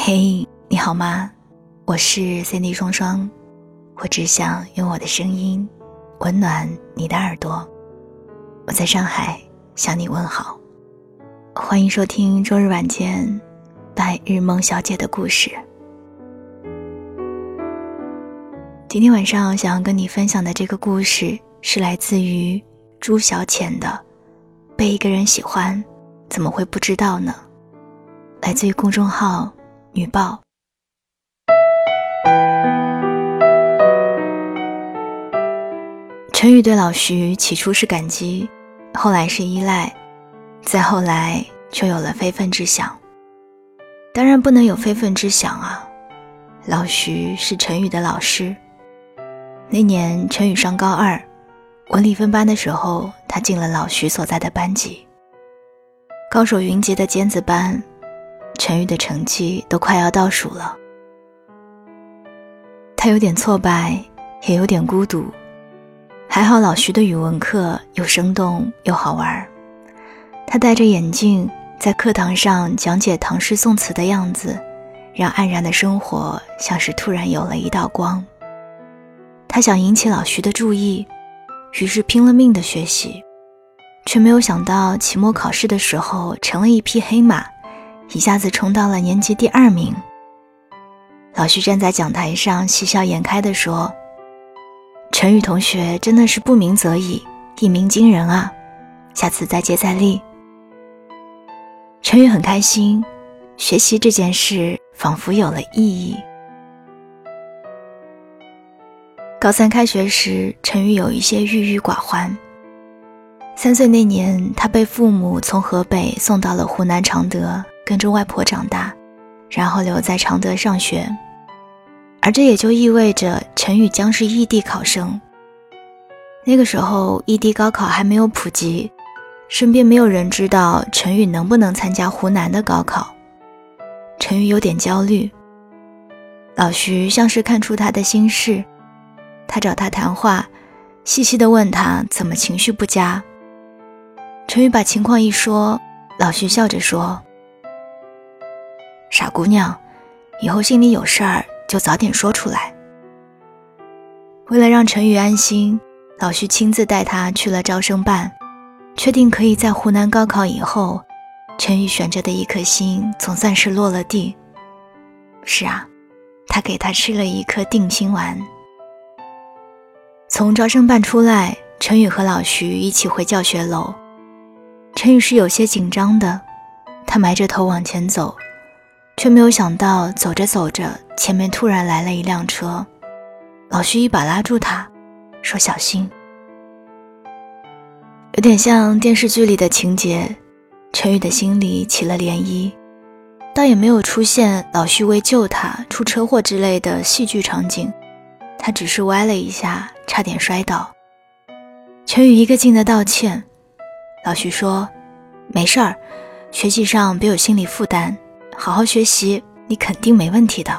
嘿，你好吗？我是 Cindy 双双，我只想用我的声音温暖你的耳朵。我在上海向你问好，欢迎收听周日晚间白日梦小姐的故事。今天晚上想要跟你分享的这个故事是来自于朱小浅的被一个人喜欢怎么会不知道呢？来自于公众号女报。陈宇对老徐起初是感激，后来是依赖，再后来就有了非分之想。当然不能有非分之想啊，老徐是陈宇的老师。那年陈宇上高二，文理分班的时候，他进了老徐所在的班级。高手云集的尖子班，陈宇的成绩都快要倒数了。他有点挫败，也有点孤独。还好老徐的语文课又生动又好玩，他戴着眼镜在课堂上讲解唐诗宋词的样子，让黯然的生活像是突然有了一道光。他想引起老徐的注意，于是拼了命的学习，却没有想到期末考试的时候成了一匹黑马，一下子冲到了年级第2名。老徐站在讲台上喜笑颜开地说，陈宇同学真的是不鸣则已，一鸣惊人啊，下次再接再厉。陈宇很开心，学习这件事仿佛有了意义。高3开学时，陈宇有一些郁郁寡欢。3岁那年，他被父母从河北送到了湖南常德，跟着外婆长大，然后留在常德上学。而这也就意味着陈宇将是异地考生。那个时候异地高考还没有普及，身边没有人知道陈宇能不能参加湖南的高考。陈宇有点焦虑，老徐像是看出他的心事，他找他谈话，细细地问他怎么情绪不佳。陈宇把情况一说，老徐笑着说，傻姑娘，以后心里有事儿就早点说出来。为了让陈宇安心，老徐亲自带他去了招生办，确定可以在湖南高考以后，陈宇悬着的一颗心总算是落了地。是啊，他给他吃了一颗定心丸。从招生办出来，陈宇和老徐一起回教学楼。陈宇是有些紧张的，他埋着头往前走，却没有想到走着走着，前面突然来了一辆车。老徐一把拉住他，说小心。有点像电视剧里的情节，陈宇的心里起了涟漪，倒也没有出现老徐为救他出车祸之类的戏剧场景，他只是歪了一下，差点摔倒。陈宇一个劲的道歉，老徐说，没事儿，学习上别有心理负担，好好学习，你肯定没问题的。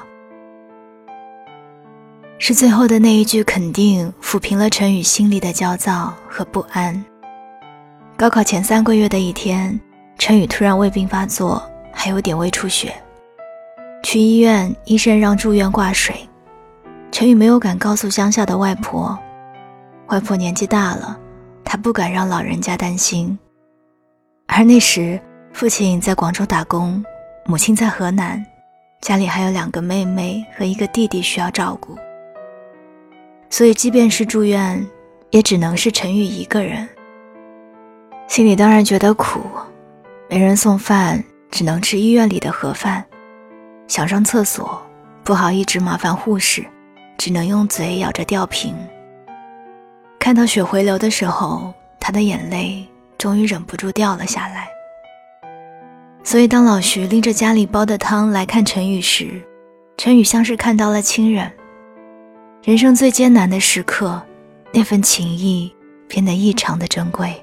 是最后的那一句肯定抚平了陈宇心里的焦躁和不安。高考前3个月的一天，陈宇突然胃病发作，还有点胃出血。去医院，医生让住院挂水。陈宇没有敢告诉乡下的外婆，外婆年纪大了，她不敢让老人家担心。而那时父亲在广州打工，母亲在河南，家里还有2个妹妹和1个弟弟需要照顾，所以即便是住院，也只能是陈宇一个人。心里当然觉得苦，没人送饭，只能吃医院里的盒饭。想上厕所，不好一直麻烦护士，只能用嘴咬着吊瓶。看到血回流的时候，他的眼泪终于忍不住掉了下来。所以当老徐拎着家里煲的汤来看陈宇时，陈宇像是看到了亲人。人生最艰难的时刻，那份情谊变得异常的珍贵。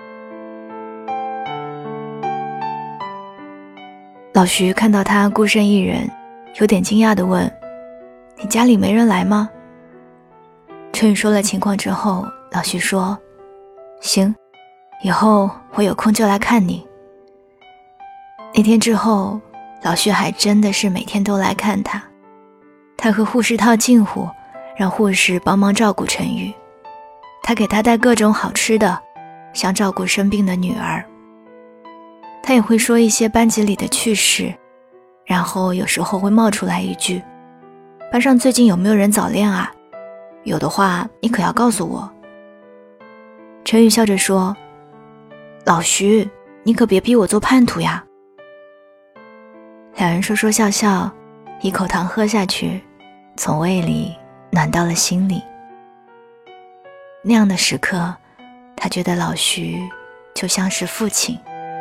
老徐看到他孤身一人，有点惊讶地问，你家里没人来吗？陈宇说了情况之后，老徐说，行，以后我有空就来看你。那天之后， 老徐还真的是每天都来看他。他和护士套近乎，让护士帮忙照顾陈宇。他给他带各种好吃的，像照顾生病的女儿。他也会说一些班级里的趣事，然后有时候会冒出来一句：班上最近有没有人早恋啊？有的话你可要告诉我。陈宇笑着说：老徐，你可别逼我做叛徒呀。两人说说笑笑，一口糖喝下去，从胃里暖到了心里。那样的时刻，他觉得老徐就像是父亲。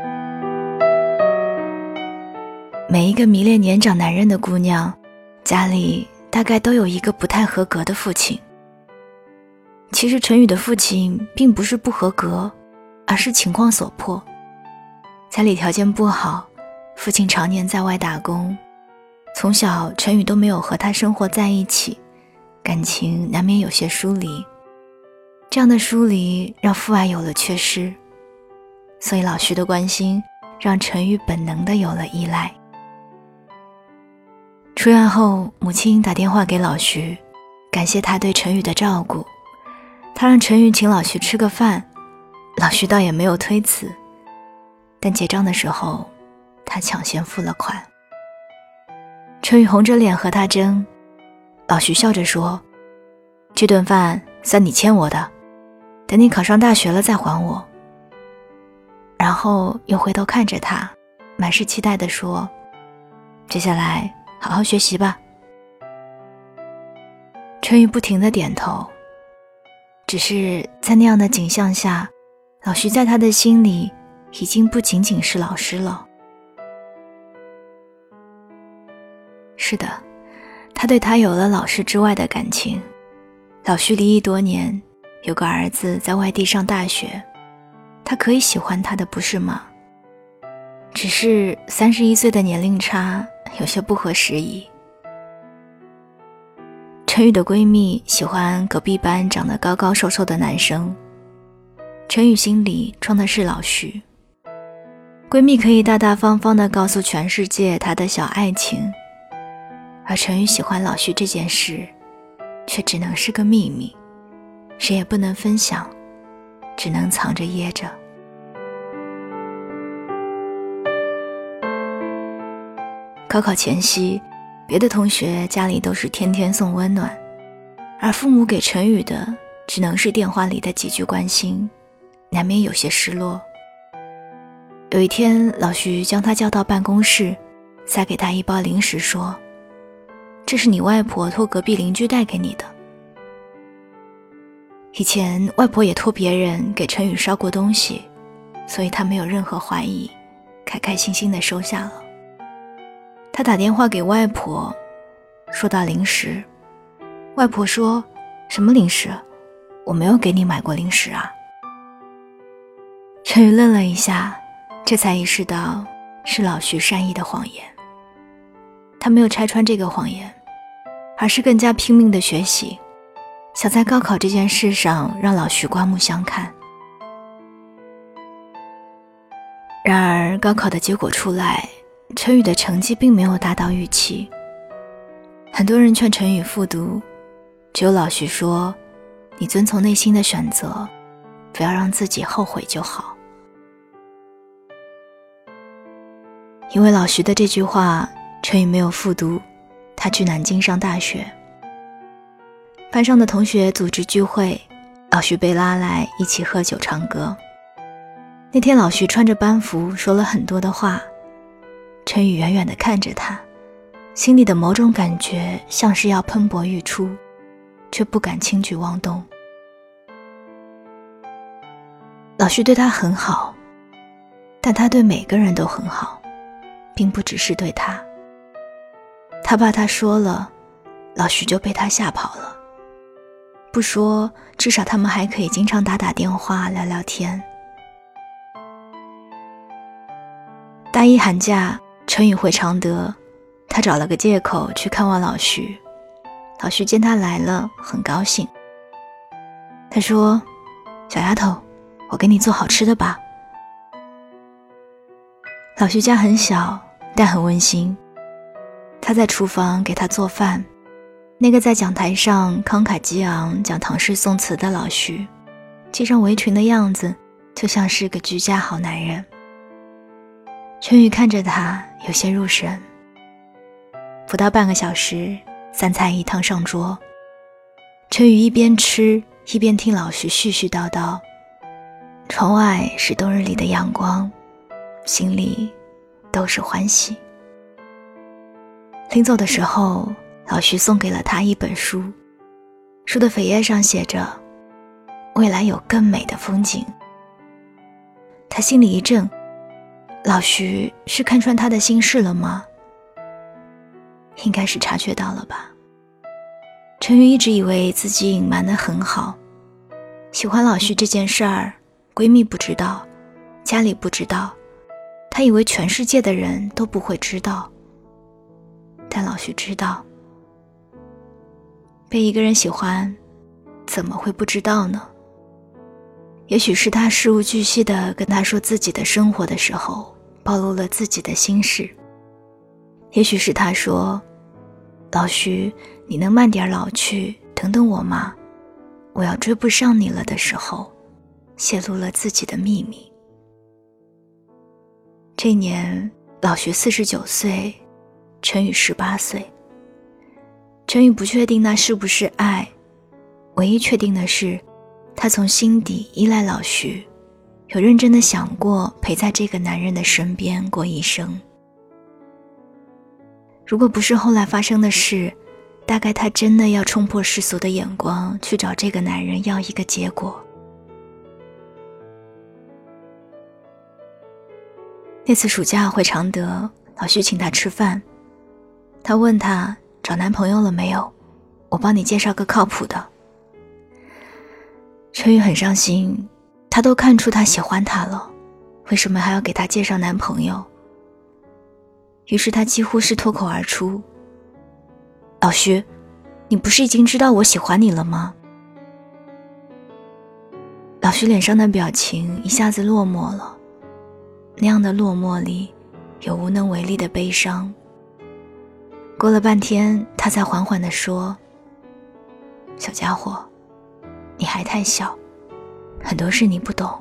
每一个迷恋年长男人的姑娘，家里大概都有一个不太合格的父亲。其实陈宇的父亲并不是不合格，而是情况所迫。家里条件不好，父亲常年在外打工，从小陈宇都没有和他生活在一起，感情难免有些疏离。这样的疏离让父爱有了缺失，所以老徐的关心让陈宇本能地有了依赖。出院后，母亲打电话给老徐，感谢他对陈宇的照顾。他让陈宇请老徐吃个饭，老徐倒也没有推辞，但结账的时候，他抢先付了款。陈宇红着脸和他争，老徐笑着说：这顿饭算你欠我的，等你考上大学了再还我。然后又回头看着他，满是期待地说：接下来好好学习吧。陈宇不停地点头，只是在那样的景象下，老徐在他的心里已经不仅仅是老师了。是的，他对他有了老师之外的感情。老徐离异多年，有个儿子在外地上大学，他可以喜欢他的，不是吗？只是31岁的年龄差有些不合时宜。陈宇的闺蜜喜欢隔壁班长得高高瘦瘦的男生，陈宇心里装的是老徐。闺蜜可以大大方方地告诉全世界她的小爱情，而陈宇喜欢老徐这件事却只能是个秘密，谁也不能分享，只能藏着掖着。高考前夕，别的同学家里都是天天送温暖，而父母给陈宇的只能是电话里的几句关心，难免有些失落。有一天，老徐将他叫到办公室，塞给他一包零食，说：这是你外婆托隔壁邻居带给你的。以前外婆也托别人给陈宇捎过东西，所以他没有任何怀疑，开开心心地收下了。他打电话给外婆，说到零食，外婆说：什么零食？我没有给你买过零食啊。陈宇愣了一下，这才意识到是老徐善意的谎言。他没有拆穿这个谎言，而是更加拼命地学习，想在高考这件事上让老徐刮目相看。然而高考的结果出来，陈宇的成绩并没有达到预期。很多人劝陈宇复读，只有老徐说：你遵从内心的选择，不要让自己后悔就好。因为老徐的这句话，陈宇没有复读，他去南京上大学。班上的同学组织聚会，老徐被拉来一起喝酒唱歌。那天老徐穿着班服说了很多的话，陈宇远远地看着他，心里的某种感觉像是要喷薄欲出，却不敢轻举妄动。老徐对他很好，但他对每个人都很好，并不只是对他。他怕他说了，老徐就被他吓跑了。不说，至少他们还可以经常打电话聊聊天。大一寒假，陈宇回常德，他找了个借口去看望老徐。老徐见他来了，很高兴。他说：小丫头，我给你做好吃的吧。老徐家很小， 但很温馨。他在厨房给他做饭，那个在讲台上慷慨激昂讲唐诗宋词的老徐，系上围裙的样子就像是个居家好男人。陈宇看着他有些入神。不到半个小时，3菜1汤上桌，陈宇一边吃一边听老徐絮絮叨叨，窗外是冬日里的阳光，心里都是欢喜。临走的时候，老徐送给了他一本书，书的扉页上写着未来有更美的风景。他心里一震，老徐是看穿他的心事了吗？应该是察觉到了吧。陈宇一直以为自己隐瞒得很好，喜欢老徐这件事儿，闺蜜不知道，家里不知道，他以为全世界的人都不会知道。但老徐知道，被一个人喜欢，怎么会不知道呢？也许是他事无巨细地跟他说自己的生活的时候，暴露了自己的心事。也许是他说，老徐，你能慢点老去，等等我吗？我要追不上你了的时候，泄露了自己的秘密。这一年，老徐49岁，陈宇18岁。陈宇不确定那是不是爱，唯一确定的是，他从心底依赖老徐，有认真的想过陪在这个男人的身边过一生。如果不是后来发生的事，大概他真的要冲破世俗的眼光，去找这个男人要一个结果。那次暑假回常德，老徐请他吃饭，他问他找男朋友了没有，我帮你介绍个靠谱的。陈宇很伤心，他都看出他喜欢他了，为什么还要给他介绍男朋友？于是他几乎是脱口而出，老徐，你不是已经知道我喜欢你了吗？老徐脸上的表情一下子落寞了，那样的落寞里有无能为力的悲伤。过了半天，他才缓缓地说，小家伙，你还太小，很多事你不懂。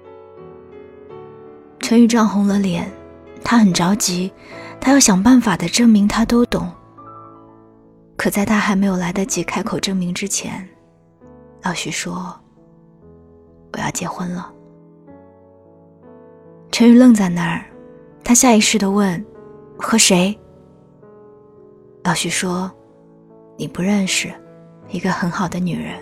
陈宇涨红了脸，他很着急，他要想办法地证明他都懂。可在他还没有来得及开口证明之前，老徐说，我要结婚了。陈宇愣在那儿，他下意识地问，和谁？老徐说，你不认识，一个很好的女人。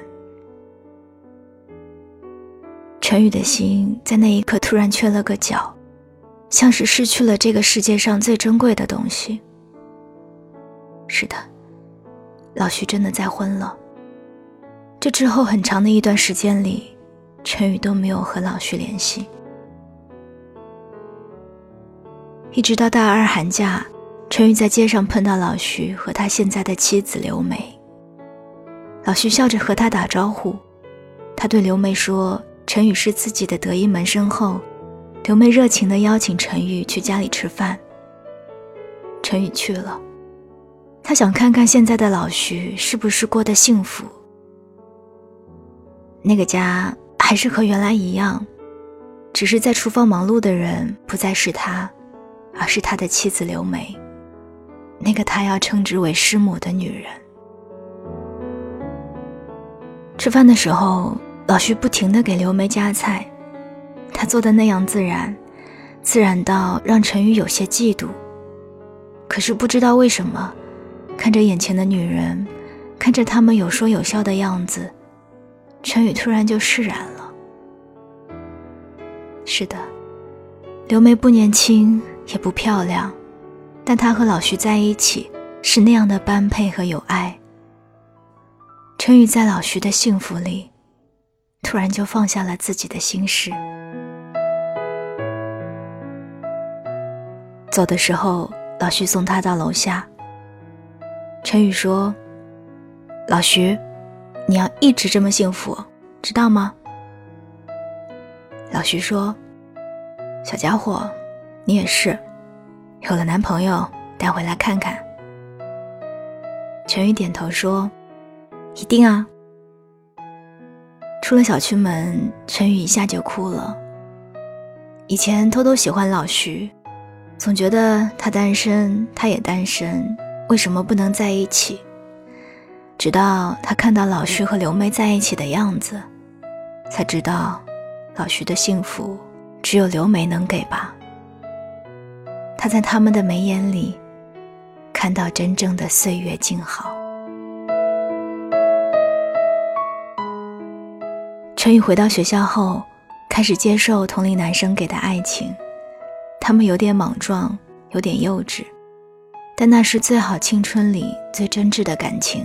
陈宇的心在那一刻突然缺了个角，像是失去了这个世界上最珍贵的东西。是的，老徐真的再婚了。这之后很长的一段时间里，陈宇都没有和老徐联系。一直到大2寒假，陈宇在街上碰到老徐和他现在的妻子刘梅。老徐笑着和他打招呼，他对刘梅说，陈宇是自己的得意门生后，刘梅热情地邀请陈宇去家里吃饭。陈宇去了，他想看看现在的老徐是不是过得幸福。那个家还是和原来一样，只是在厨房忙碌的人不再是他，而是他的妻子刘梅，那个他要称之为师母的女人。吃饭的时候，老徐不停地给刘梅夹菜，他做的那样自然，自然到让陈宇有些嫉妒。可是不知道为什么，看着眼前的女人，看着他们有说有笑的样子，陈宇突然就释然了。是的，刘梅不年轻也不漂亮，但她和老徐在一起是那样的般配和有爱。陈宇在老徐的幸福里，突然就放下了自己的心事。走的时候，老徐送他到楼下。陈宇说，老徐，你要一直这么幸福，知道吗？老徐说，小家伙，你也是， 有了男朋友带回来看看。陈宇点头说，一定啊。出了小区门，陈宇一下就哭了。以前偷偷喜欢老徐，总觉得他单身，他也单身，为什么不能在一起？直到他看到老徐和刘梅在一起的样子，才知道老徐的幸福只有刘梅能给吧。他在他们的眉眼里看到真正的岁月静好。陈宇回到学校后，开始接受同龄男生给的爱情，他们有点莽撞，有点幼稚，但那是最好青春里最真挚的感情。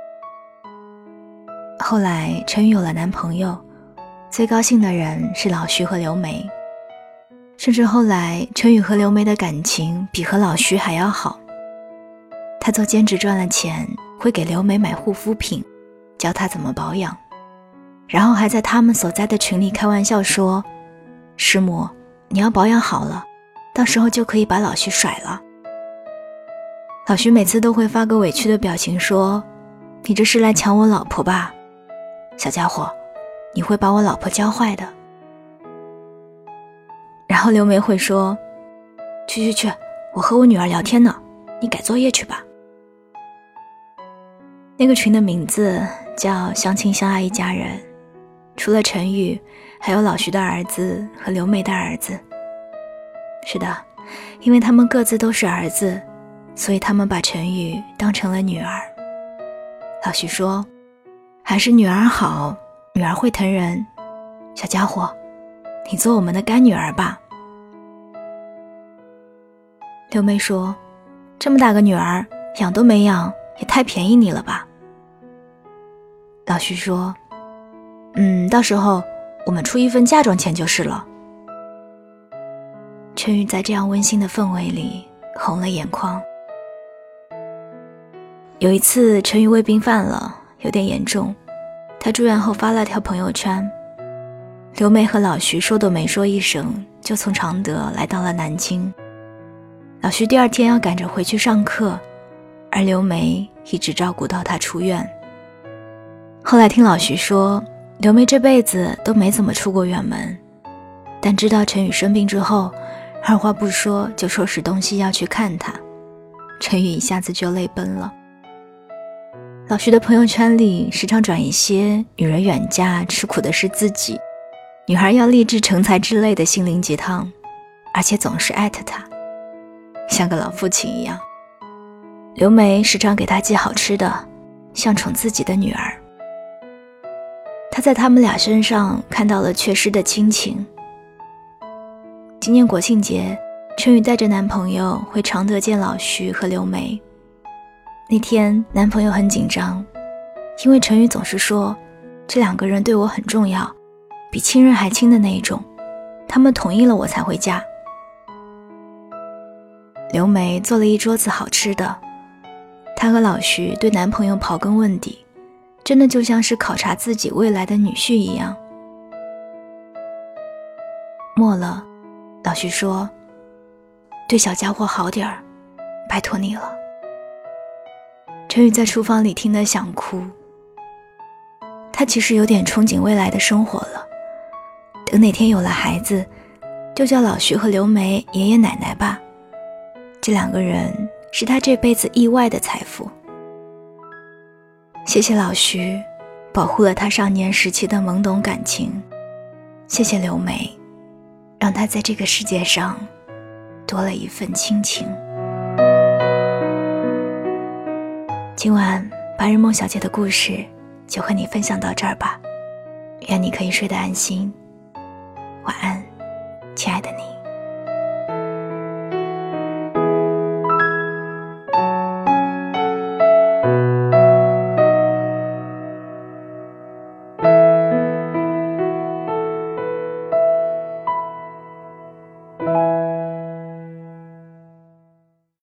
后来陈宇有了男朋友，最高兴的人是老徐和刘梅，甚至后来陈宇和刘梅的感情比和老徐还要好。他做兼职赚了钱，会给刘梅买护肤品，教她怎么保养，然后还在他们所在的群里开玩笑说，师母，你要保养好了，到时候就可以把老徐甩了。老徐每次都会发个委屈的表情说，你这是来抢我老婆吧？小家伙，你会把我老婆教坏的。然后刘梅会说，去，我和我女儿聊天呢，你改作业去吧。那个群的名字叫相亲相爱一家人，除了陈宇，还有老徐的儿子和刘梅的儿子。是的，因为他们各自都是儿子，所以他们把陈宇当成了女儿。老徐说，还是女儿好，女儿会疼人，小家伙，你做我们的干女儿吧。刘梅说，这么大个女儿，养都没养，也太便宜你了吧。老徐说，到时候我们出一份嫁妆钱就是了。陈宇在这样温馨的氛围里红了眼眶。有一次陈宇胃病犯了，有点严重，他住院后发了条朋友圈，刘梅和老徐说都没说一声，就从常德来到了南京。老徐第二天要赶着回去上课，而刘梅一直照顾到他出院。后来听老徐说，刘梅这辈子都没怎么出过远门，但知道陈宇生病之后，二话不说就收拾东西要去看他。陈宇一下子就泪奔了。老徐的朋友圈里时常转一些女人远嫁吃苦的是自己，女孩要立志成才之类的心灵鸡汤，而且总是艾特他，像个老父亲一样。刘梅时常给他寄好吃的，像宠自己的女儿。他在他们俩身上看到了缺失的亲情。今年国庆节，陈宇带着男朋友回常德见老徐和刘梅。那天男朋友很紧张，因为陈宇总是说这两个人对我很重要，比亲人还亲的那一种，他们同意了我才会嫁。刘梅做了一桌子好吃的，她和老徐对男朋友刨根问底，真的就像是考察自己未来的女婿一样。末了，老徐说，对小家伙好点儿，拜托你了。陈宇在厨房里听得想哭，他其实有点憧憬未来的生活了，等哪天有了孩子，就叫老徐和刘梅爷爷奶奶吧，这两个人是他这辈子意外的财富。谢谢老徐，保护了他少年时期的懵懂感情，谢谢刘梅，让他在这个世界上多了一份亲情。今晚白日梦小姐的故事就和你分享到这儿吧，愿你可以睡得安心，晚安，亲爱的你。